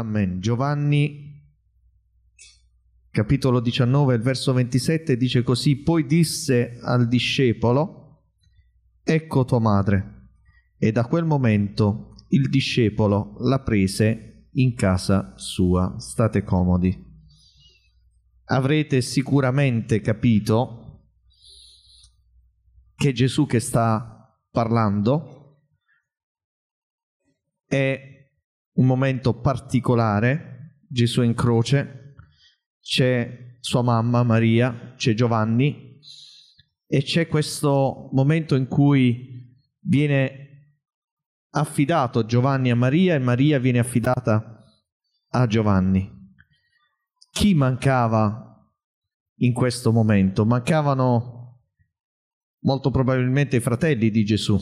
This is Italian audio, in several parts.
Amen. Giovanni, capitolo 19, il verso 27 dice così: poi disse al discepolo: ecco tua madre. E da quel momento il discepolo la prese in casa sua. State comodi. Avrete sicuramente capito che Gesù che sta parlando è un momento particolare. Gesù è in croce, c'è sua mamma Maria, c'è Giovanni, e c'è questo momento in cui viene affidato Giovanni a Maria e Maria viene affidata a Giovanni. Chi mancava in questo momento? Mancavano molto probabilmente i fratelli di Gesù.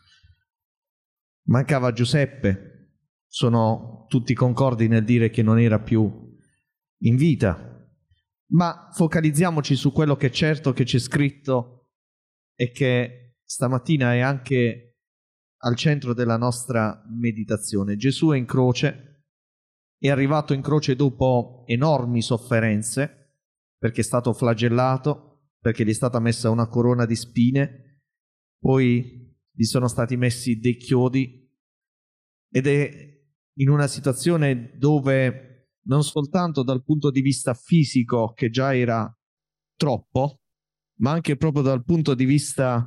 Mancava Giuseppe. Sono tutti concordi nel dire che non era più in vita. Ma focalizziamoci su quello che è certo che c'è scritto e che stamattina è anche al centro della nostra meditazione. Gesù è in croce, è arrivato in croce dopo enormi sofferenze, perché è stato flagellato, perché gli è stata messa una corona di spine, poi gli sono stati messi dei chiodi, ed è in una situazione dove non soltanto dal punto di vista fisico, che già era troppo, ma anche proprio dal punto di vista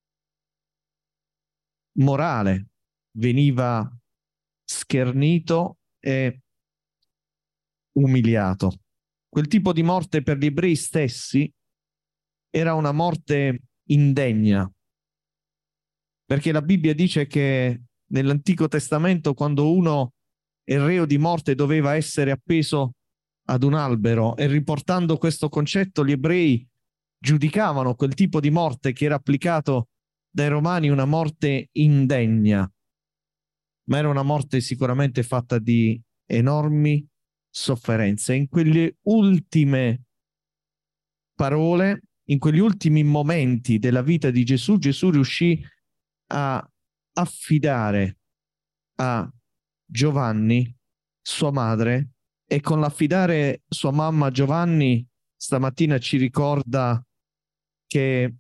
morale veniva schernito e umiliato. Quel tipo di morte per gli ebrei stessi era una morte indegna, perché la Bibbia dice che nell'Antico Testamento, quando uno è reo di morte, doveva essere appeso ad un albero, e riportando questo concetto gli ebrei giudicavano quel tipo di morte che era applicato dai romani una morte indegna, ma era una morte sicuramente fatta di enormi sofferenze. In quelle ultime parole, in quegli ultimi momenti della vita di Gesù, Gesù riuscì a affidare a Giovanni sua madre, e con l'affidare sua mamma a Giovanni stamattina ci ricorda che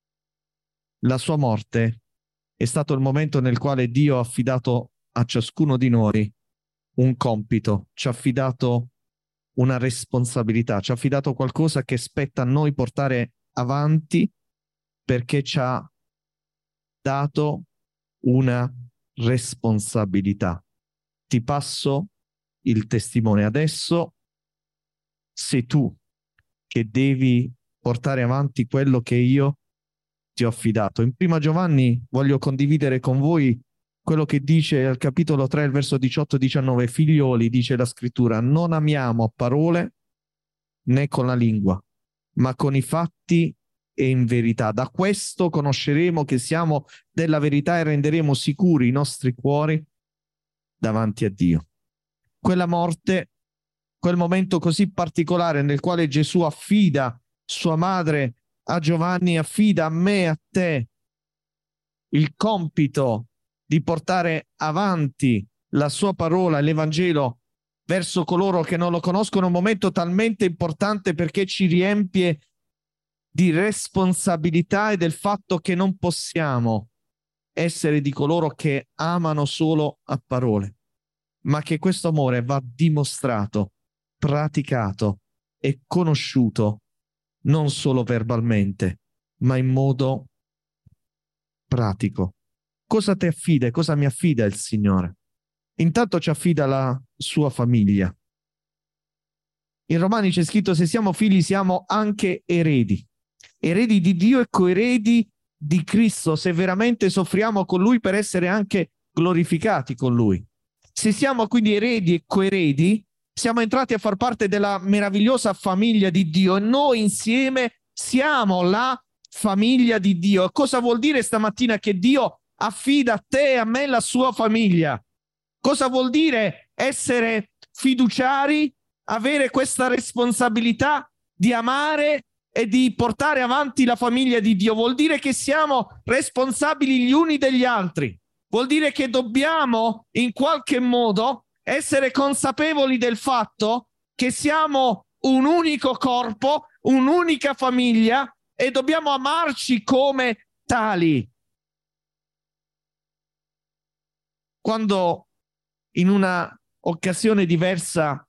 la sua morte è stato il momento nel quale Dio ha affidato a ciascuno di noi un compito, ci ha affidato una responsabilità, ci ha affidato qualcosa che spetta a noi portare avanti, perché ci ha dato una responsabilità. Ti passo il testimone. Adesso sei tu che devi portare avanti quello che io ti ho affidato. In prima Giovanni voglio condividere con voi quello che dice al capitolo 3, il verso 18-19. Figlioli, dice la scrittura, non amiamo a parole né con la lingua, ma con i fatti e in verità. Da questo conosceremo che siamo della verità e renderemo sicuri i nostri cuori davanti a Dio. Quella morte, quel momento così particolare nel quale Gesù affida sua madre a Giovanni, affida a me e a te il compito di portare avanti la sua parola, l'Evangelo, verso coloro che non lo conoscono, un momento talmente importante perché ci riempie di responsabilità e del fatto che non possiamo essere di coloro che amano solo a parole, ma che questo amore va dimostrato, praticato e conosciuto non solo verbalmente, ma in modo pratico. Cosa ti affida e cosa mi affida il Signore? Intanto ci affida la sua famiglia. In Romani c'è scritto: se siamo figli siamo anche eredi, eredi di Dio e coeredi di Cristo, se veramente soffriamo con Lui per essere anche glorificati con Lui. Se siamo quindi eredi e coeredi, siamo entrati a far parte della meravigliosa famiglia di Dio, e noi insieme siamo la famiglia di Dio. Cosa vuol dire stamattina che Dio affida a te e a me la sua famiglia? Cosa vuol dire essere fiduciari, avere questa responsabilità di amare e di portare avanti la famiglia di Dio? Vuol dire che siamo responsabili gli uni degli altri. Vuol dire che dobbiamo in qualche modo essere consapevoli del fatto che siamo un unico corpo, un'unica famiglia e dobbiamo amarci come tali. Quando in una occasione diversa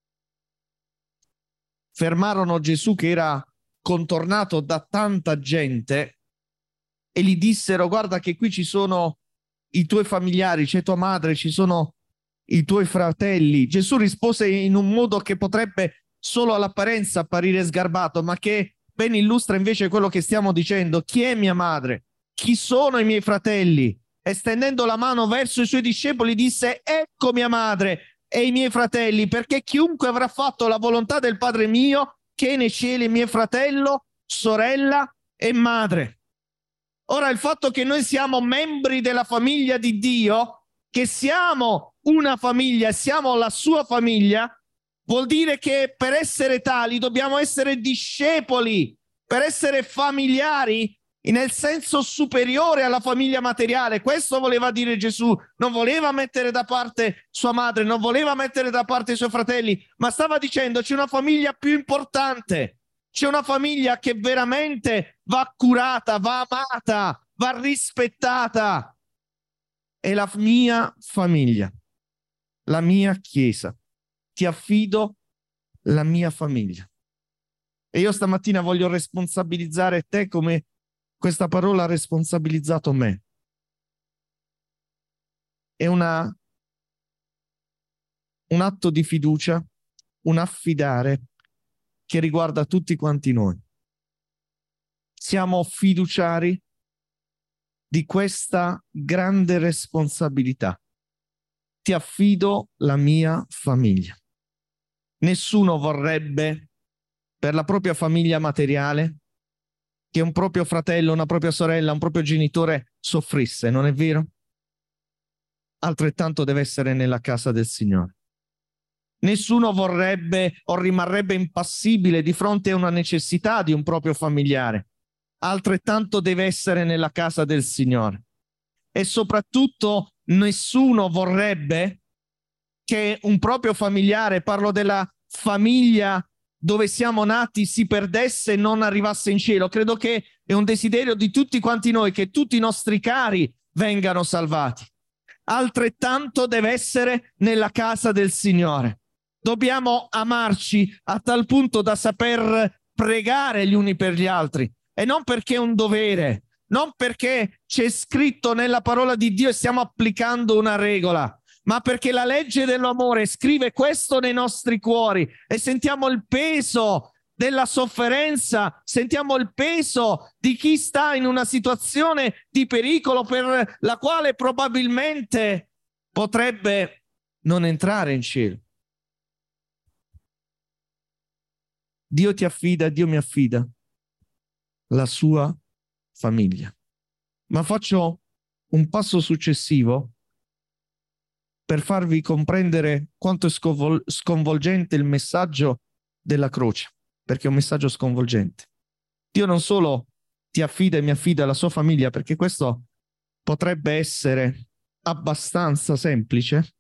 fermarono Gesù che era contornato da tanta gente e gli dissero: guarda che qui ci sono i tuoi familiari, c'è tua madre, ci sono i tuoi fratelli. Gesù rispose in un modo che potrebbe solo all'apparenza apparire sgarbato, ma che ben illustra invece quello che stiamo dicendo. Chi è mia madre? Chi sono i miei fratelli? E stendendo la mano verso i suoi discepoli disse: ecco mia madre e i miei fratelli, perché chiunque avrà fatto la volontà del Padre mio, che nei cieli è mio fratello, sorella e madre. Ora, il fatto che noi siamo membri della famiglia di Dio, che siamo una famiglia, siamo la sua famiglia, vuol dire che per essere tali dobbiamo essere discepoli, per essere familiari nel senso superiore alla famiglia materiale. Questo voleva dire Gesù. Non voleva mettere da parte sua madre, non voleva mettere da parte i suoi fratelli, ma stava dicendo: c'è una famiglia più importante. C'è una famiglia che veramente va curata, va amata, va rispettata. È la mia famiglia, la mia chiesa. Ti affido la mia famiglia. E io stamattina voglio responsabilizzare te come questa parola ha responsabilizzato me. È un atto di fiducia, un affidare che riguarda tutti quanti noi. Siamo fiduciari di questa grande responsabilità. Ti affido la mia famiglia. Nessuno vorrebbe per la propria famiglia materiale che un proprio fratello, una propria sorella, un proprio genitore soffrisse, non è vero? Altrettanto deve essere nella casa del Signore. Nessuno vorrebbe o rimarrebbe impassibile di fronte a una necessità di un proprio familiare. Altrettanto deve essere nella casa del Signore. E soprattutto nessuno vorrebbe che un proprio familiare, parlo della famiglia dove siamo nati, si perdesse e non arrivasse in cielo. Credo che è un desiderio di tutti quanti noi che tutti i nostri cari vengano salvati. Altrettanto deve essere nella casa del Signore. Dobbiamo amarci a tal punto da saper pregare gli uni per gli altri, e non perché è un dovere, non perché c'è scritto nella parola di Dio e stiamo applicando una regola, ma perché la legge dell'amore scrive questo nei nostri cuori e sentiamo il peso della sofferenza, sentiamo il peso di chi sta in una situazione di pericolo per la quale probabilmente potrebbe non entrare in cielo. Dio ti affida, Dio mi affida la sua famiglia. Ma faccio un passo successivo per farvi comprendere quanto è sconvolgente il messaggio della croce, perché è un messaggio sconvolgente. Dio non solo ti affida e mi affida la sua famiglia, perché questo potrebbe essere abbastanza semplice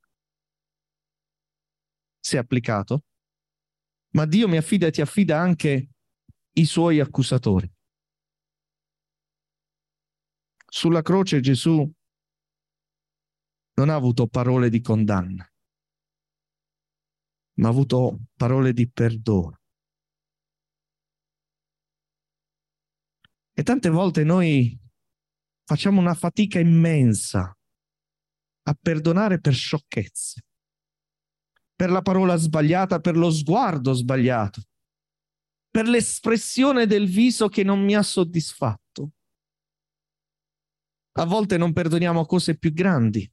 se applicato, ma Dio mi affida e ti affida anche i suoi accusatori. Sulla croce Gesù non ha avuto parole di condanna, ma ha avuto parole di perdono. E tante volte noi facciamo una fatica immensa a perdonare per sciocchezze, per la parola sbagliata, per lo sguardo sbagliato, per l'espressione del viso che non mi ha soddisfatto. A volte non perdoniamo cose più grandi,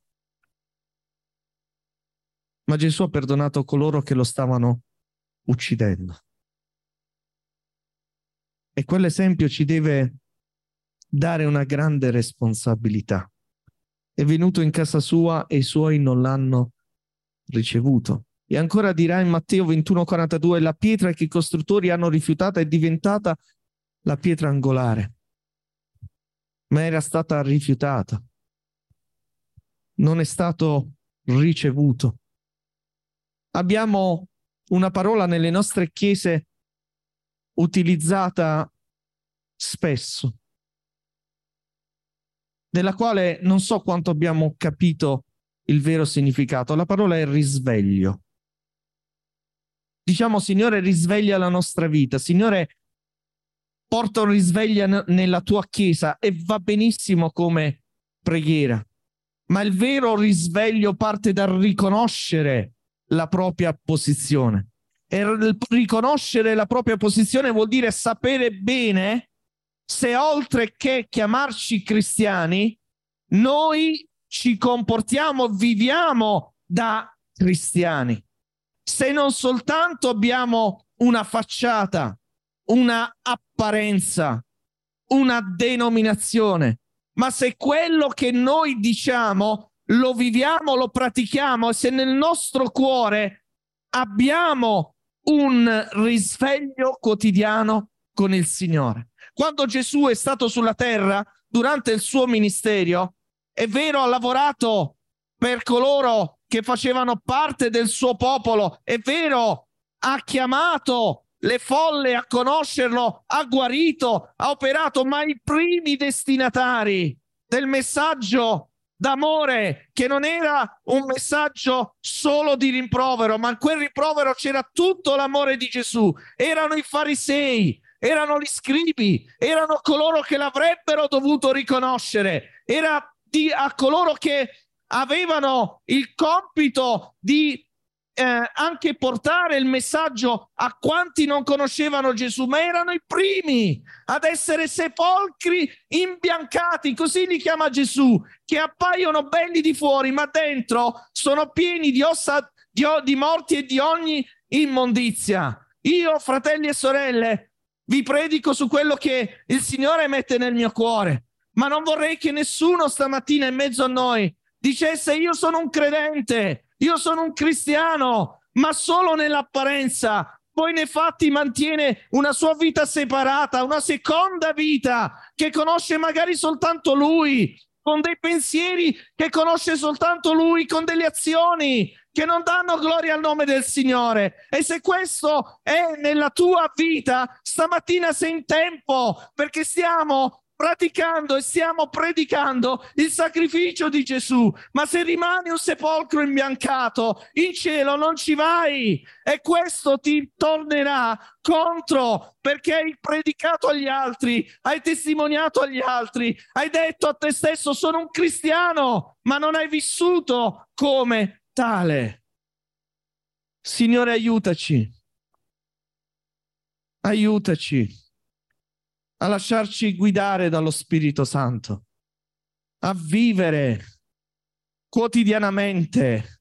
ma Gesù ha perdonato coloro che lo stavano uccidendo. E quell'esempio ci deve dare una grande responsabilità. È venuto in casa sua e i suoi non l'hanno ricevuto. E ancora dirà in Matteo 21,42: la pietra che i costruttori hanno rifiutata è diventata la pietra angolare. Ma era stata rifiutata. Non è stato ricevuto. abbiamo una parola nelle nostre chiese utilizzata spesso, della quale non so quanto abbiamo capito il vero significato. La parola è risveglio. Diciamo, Signore, risveglia la nostra vita. Signore, porta un risveglio nella tua chiesa, e va benissimo come preghiera. Ma il vero risveglio parte dal riconoscere la propria posizione. E riconoscere la propria posizione vuol dire sapere bene se, oltre che chiamarci cristiani, noi ci comportiamo, viviamo da cristiani. Se non soltanto abbiamo una facciata, una apparenza, una denominazione, ma se quello che noi diciamo lo viviamo, lo pratichiamo, e se nel nostro cuore abbiamo un risveglio quotidiano con il Signore. Quando Gesù è stato sulla terra, durante il suo ministero, è vero, ha lavorato per coloro che facevano parte del suo popolo, è vero, ha chiamato le folle a conoscerlo, ha guarito, ha operato, ma i primi destinatari del messaggio d'amore, che non era un messaggio solo di rimprovero, ma in quel rimprovero c'era tutto l'amore di Gesù, erano i farisei, erano gli scribi, erano coloro che l'avrebbero dovuto riconoscere, era a coloro che avevano il compito di anche portare il messaggio a quanti non conoscevano Gesù, ma erano i primi ad essere sepolcri imbiancati, così li chiama Gesù, che appaiono belli di fuori, ma dentro sono pieni di ossa, di morti e di ogni immondizia. Io, fratelli e sorelle, vi predico su quello che il Signore mette nel mio cuore, ma non vorrei che nessuno stamattina in mezzo a noi dicesse: io sono un credente, io sono un cristiano, ma solo nell'apparenza, poi nei fatti mantiene una sua vita separata, una seconda vita che conosce magari soltanto lui, con dei pensieri che conosce soltanto lui, con delle azioni che non danno gloria al nome del Signore. E se questo è nella tua vita, stamattina sei in tempo, perché stiamo praticando e stiamo predicando il sacrificio di Gesù. Ma se rimani un sepolcro imbiancato, in cielo non ci vai, e questo ti tornerà contro, perché hai predicato agli altri, hai testimoniato agli altri, hai detto a te stesso: sono un cristiano, ma non hai vissuto come tale. Signore, aiutaci a lasciarci guidare dallo Spirito Santo, a vivere quotidianamente.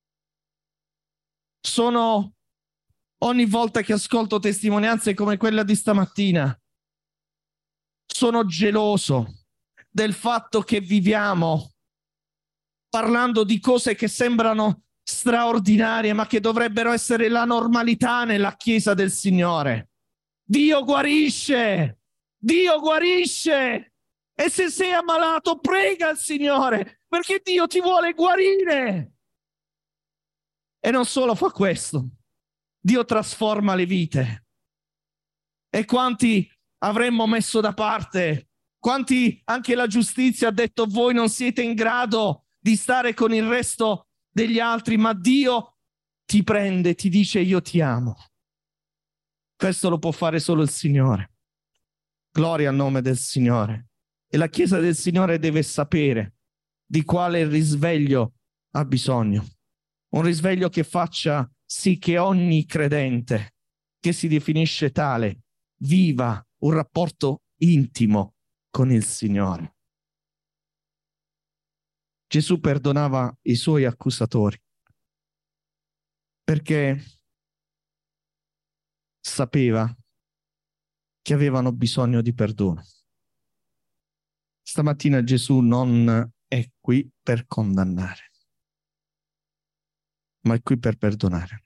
Ogni volta che ascolto testimonianze come quella di stamattina, sono geloso del fatto che viviamo parlando di cose che sembrano straordinarie, ma che dovrebbero essere la normalità nella Chiesa del Signore. Dio guarisce! Dio guarisce! E se sei ammalato, prega al Signore, perché Dio ti vuole guarire. E non solo fa questo, Dio trasforma le vite. E quanti avremmo messo da parte, quanti anche la giustizia ha detto: voi non siete in grado di stare con il resto degli altri, ma Dio ti prende, ti dice: io ti amo. Questo lo può fare solo il Signore. Gloria al nome del Signore. E la Chiesa del Signore deve sapere di quale risveglio ha bisogno. Un risveglio che faccia sì che ogni credente che si definisce tale viva un rapporto intimo con il Signore. Gesù perdonava i suoi accusatori perché sapeva che avevano bisogno di perdono. Stamattina Gesù non è qui per condannare, ma è qui per perdonare.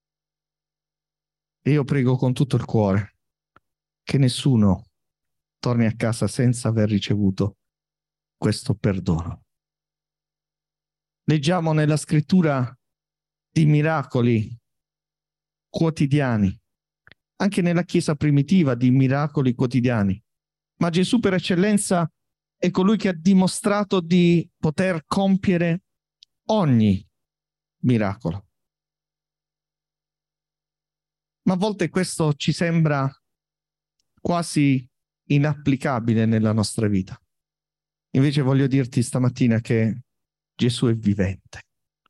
E io prego con tutto il cuore che nessuno torni a casa senza aver ricevuto questo perdono. Leggiamo nella scrittura di miracoli quotidiani, anche nella Chiesa primitiva di miracoli quotidiani. Ma Gesù per eccellenza è colui che ha dimostrato di poter compiere ogni miracolo. Ma a volte questo ci sembra quasi inapplicabile nella nostra vita. Invece voglio dirti stamattina che Gesù è vivente.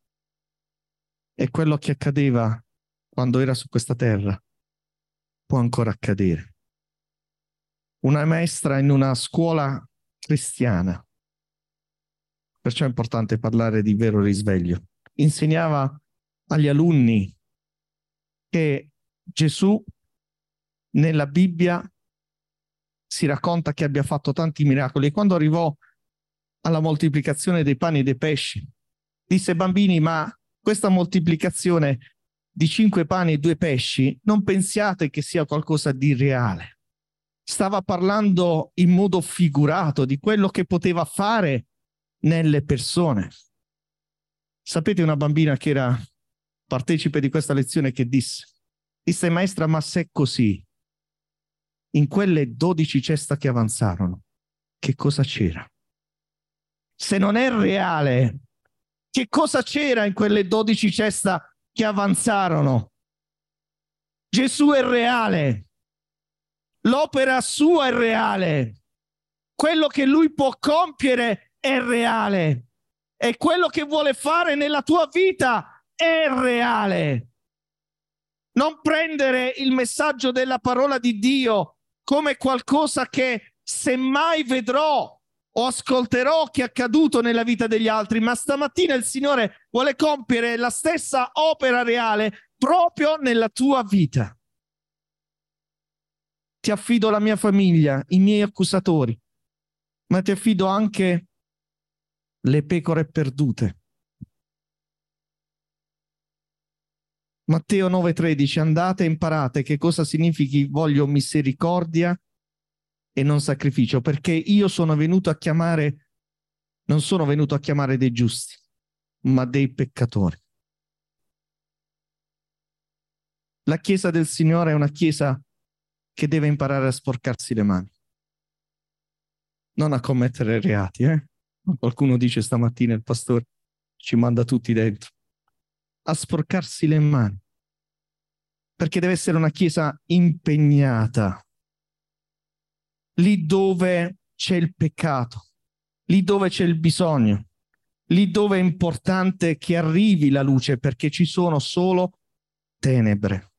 E quello che accadeva quando era su questa terra può ancora accadere. Una maestra in una scuola cristiana, perciò è importante parlare di vero risveglio, insegnava agli alunni che Gesù nella Bibbia si racconta che abbia fatto tanti miracoli e quando arrivò alla moltiplicazione dei pani e dei pesci disse: bambini, ma questa moltiplicazione di 5 pani e 2 pesci non pensiate che sia qualcosa di reale. Stava parlando in modo figurato di quello che poteva fare nelle persone. Sapete, una bambina che era partecipe di questa lezione che disse: maestra, ma se è così, in quelle 12 cesta che avanzarono, che cosa c'era? Se non è reale, che cosa c'era in quelle 12 cesta che avanzarono? Gesù è reale. L'opera sua è reale. Quello che lui può compiere è reale. E quello che vuole fare nella tua vita è reale. Non prendere il messaggio della parola di Dio come qualcosa che semmai vedrò o ascolterò che è accaduto nella vita degli altri, ma stamattina il Signore vuole compiere la stessa opera reale proprio nella tua vita. Ti affido la mia famiglia, i miei accusatori, ma ti affido anche le pecore perdute. Matteo 9,13: andate e imparate che cosa significhi voglio misericordia e non sacrificio, perché io sono venuto a chiamare, non sono venuto a chiamare dei giusti, ma dei peccatori. La Chiesa del Signore è una Chiesa che deve imparare a sporcarsi le mani, non a commettere reati. Qualcuno dice stamattina il pastore ci manda tutti dentro. A sporcarsi le mani, perché deve essere una Chiesa impegnata lì dove c'è il peccato, lì dove c'è il bisogno, lì dove è importante che arrivi la luce, perché ci sono solo tenebre.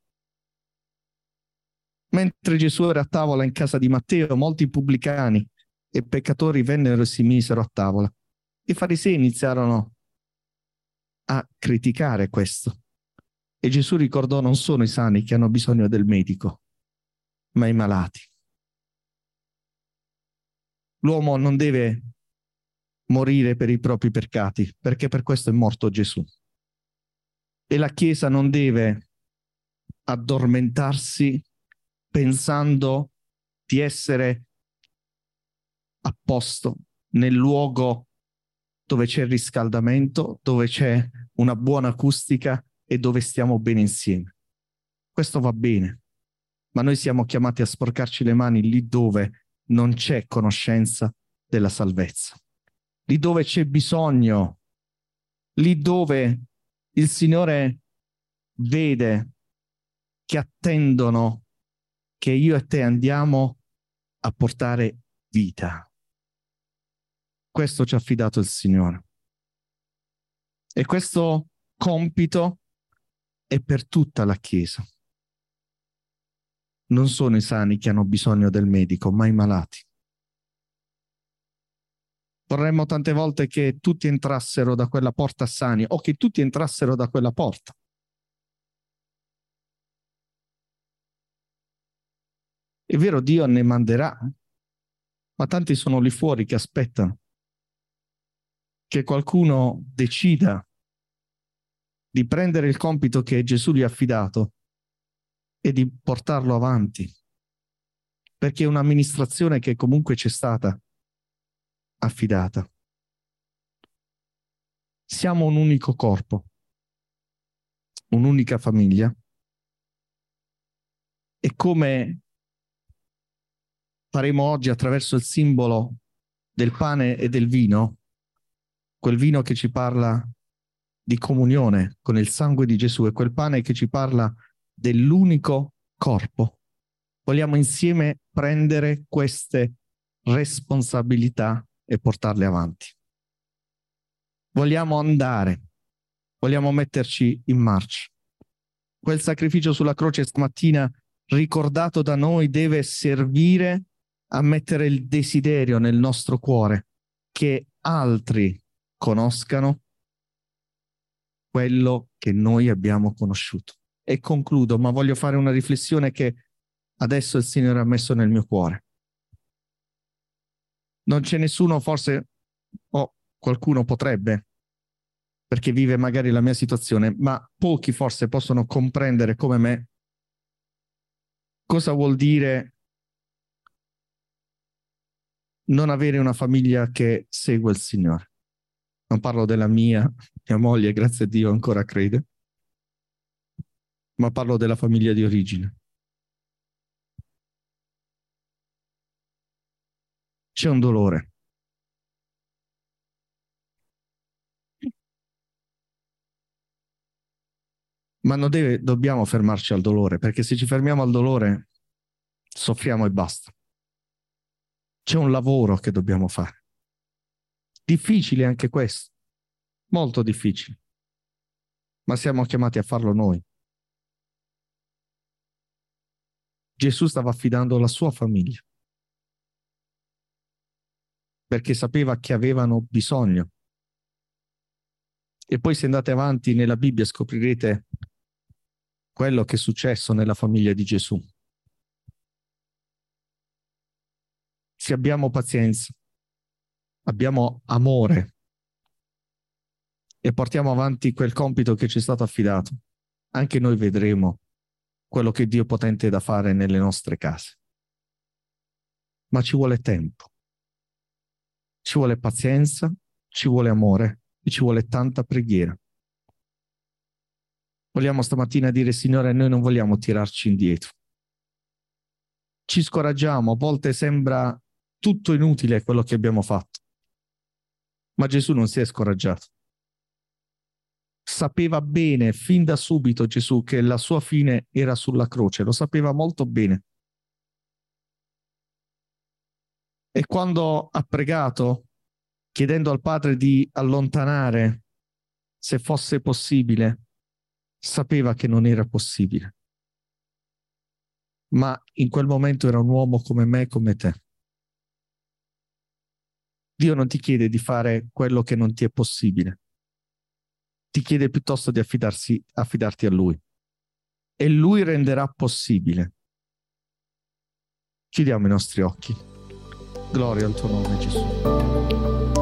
Mentre Gesù era a tavola in casa di Matteo, molti pubblicani e peccatori vennero e si misero a tavola. I farisei iniziarono a criticare questo. E Gesù ricordò: non sono i sani che hanno bisogno del medico, ma i malati. L'uomo non deve morire per i propri peccati, perché per questo è morto Gesù. E la Chiesa non deve addormentarsi pensando di essere a posto nel luogo dove c'è il riscaldamento, dove c'è una buona acustica e dove stiamo bene insieme. Questo va bene, ma noi siamo chiamati a sporcarci le mani lì dove non c'è conoscenza della salvezza, lì dove c'è bisogno, lì dove il Signore vede che attendono che io e te andiamo a portare vita. Questo ci ha affidato il Signore. E questo compito è per tutta la Chiesa. Non sono i sani che hanno bisogno del medico, ma i malati. Vorremmo tante volte che tutti entrassero da quella porta sani o che tutti entrassero da quella porta. È vero, Dio ne manderà, ma tanti sono lì fuori che aspettano che qualcuno decida di prendere il compito che Gesù gli ha affidato e di portarlo avanti, perché è un'amministrazione che comunque c'è stata affidata. Siamo un unico corpo. un'unica famiglia, e come faremo oggi attraverso il simbolo del pane e del vino, quel vino che ci parla di comunione con il sangue di Gesù e quel pane che ci parla dell'unico corpo. Vogliamo insieme prendere queste responsabilità e portarle avanti. Vogliamo andare, vogliamo metterci in marcia. Quel sacrificio sulla croce stamattina, ricordato da noi, deve servire a mettere il desiderio nel nostro cuore che altri conoscano quello che noi abbiamo conosciuto. E concludo, ma voglio fare una riflessione che adesso il Signore ha messo nel mio cuore. Non c'è nessuno, forse, o qualcuno potrebbe, perché vive magari la mia situazione, ma pochi forse possono comprendere come me cosa vuol dire non avere una famiglia che segue il Signore. Non parlo della mia moglie, grazie a Dio ancora crede, ma parlo della famiglia di origine. C'è un dolore. Ma dobbiamo fermarci al dolore, perché se ci fermiamo al dolore soffriamo e basta. C'è un lavoro che dobbiamo fare. Difficile anche questo, molto difficile, ma siamo chiamati a farlo noi. Gesù stava affidando la sua famiglia, perché sapeva che avevano bisogno. E poi se andate avanti nella Bibbia scoprirete quello che è successo nella famiglia di Gesù. Se abbiamo pazienza, abbiamo amore e portiamo avanti quel compito che ci è stato affidato, anche noi vedremo quello che Dio potente è da fare nelle nostre case. Ma ci vuole tempo, ci vuole pazienza, ci vuole amore e ci vuole tanta preghiera. Vogliamo stamattina dire, Signore, noi non vogliamo tirarci indietro. Ci scoraggiamo, a volte sembra tutto inutile quello che abbiamo fatto. Ma Gesù non si è scoraggiato. Sapeva bene fin da subito Gesù che la sua fine era sulla croce, lo sapeva molto bene. E quando ha pregato, chiedendo al Padre di allontanare, se fosse possibile, sapeva che non era possibile. Ma in quel momento era un uomo come me e come te. Dio non ti chiede di fare quello che non ti è possibile. Ti chiede piuttosto di affidarti a Lui. E Lui renderà possibile. Chiudiamo i nostri occhi. Gloria al tuo nome, Gesù.